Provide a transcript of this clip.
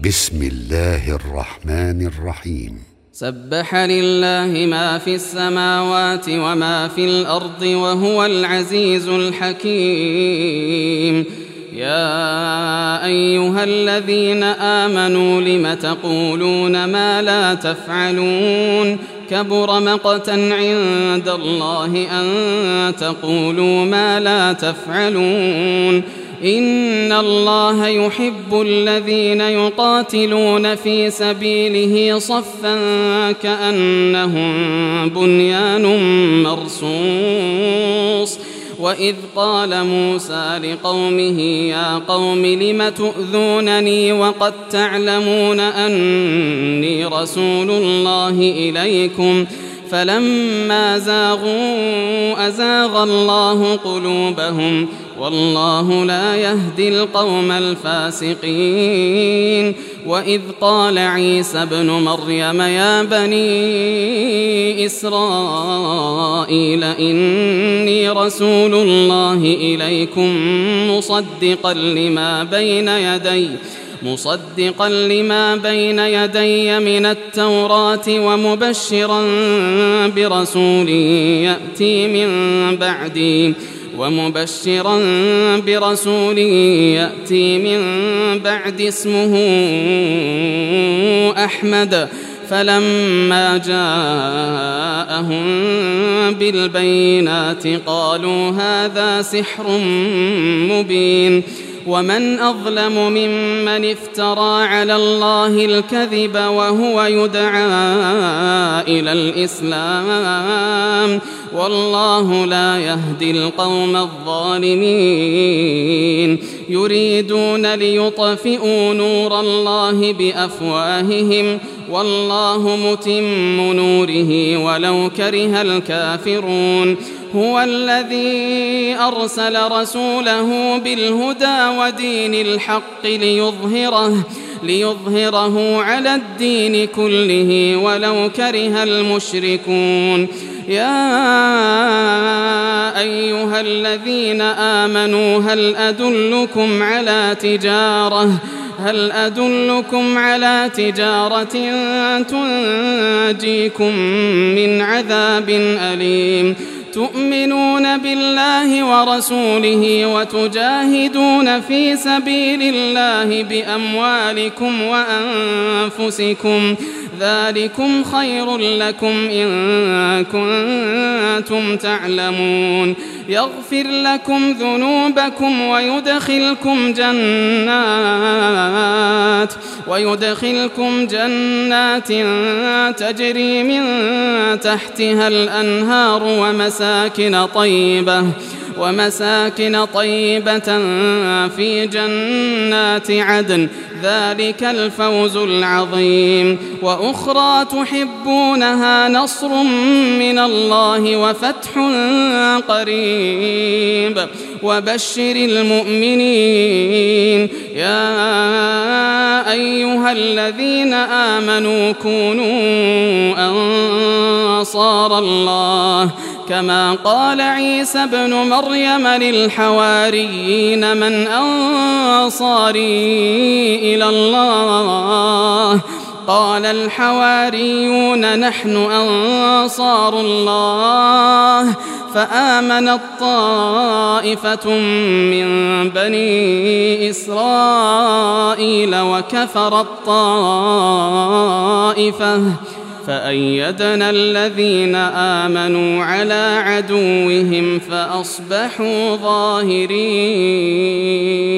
بسم الله الرحمن الرحيم. سبح لله ما في السماوات وما في الأرض وهو العزيز الحكيم. يا أيها الذين آمنوا لم تقولون ما لا تفعلون كبر مقتا عند الله أن تقولوا ما لا تفعلون إن الله يحب الذين يقاتلون في سبيله صفا كأنهم بنيان مرصوص. وإذ قال موسى لقومه يا قوم لم تؤذونني وقد تعلمون أني رسول الله إليكم فلما زاغوا أزاغ الله قلوبهم والله لا يهدي القوم الفاسقين. وإذ قال عيسى ابن مريم يا بني إسرائيل إني رسول الله إليكم مصدقا لما بين يدي من التوراة ومبشرا برسول يأتي من بعد اسمه أحمد. فلما جاءهم بالبينات قالوا هذا سحر مبين. ومن أظلم ممن افترى على الله الكذب وهو يدعى إلى الإسلام والله لا يهدي القوم الظالمين. يريدون ليطفئوا نور الله بأفواههم والله متم نوره ولو كره الكافرون. هو الذي أرسل رسوله بالهدى ودين الحق ليظهره على الدين كله ولو كره المشركون. يا أيها الذين آمنوا هل أدلكم على تجارة تنجيكم من عذاب أليم تؤمنون بالله ورسوله وتجاهدون في سبيل الله بأموالكم وأنفسكم ذلكم خير لكم إن كنتم تعلمون. يغفر لكم ذنوبكم ويدخلكم جنات تجري من تحتها الأنهار ومساكن طيبة في جنات عدن ذلك الفوز العظيم. وأخرى تحبونها نصر من الله وفتح قريب وبشر المؤمنين. يا أيها الذين آمنوا كونوا أنصار الله كما قال عيسى ابن مريم للحواريين من أنصاري إلى الله قال الحواريون نحن أنصار الله. فآمنت طائفة من بني إسرائيل وكفرت طائفة فأيدنا الذين آمنوا على عدوهم فأصبحوا ظاهرين.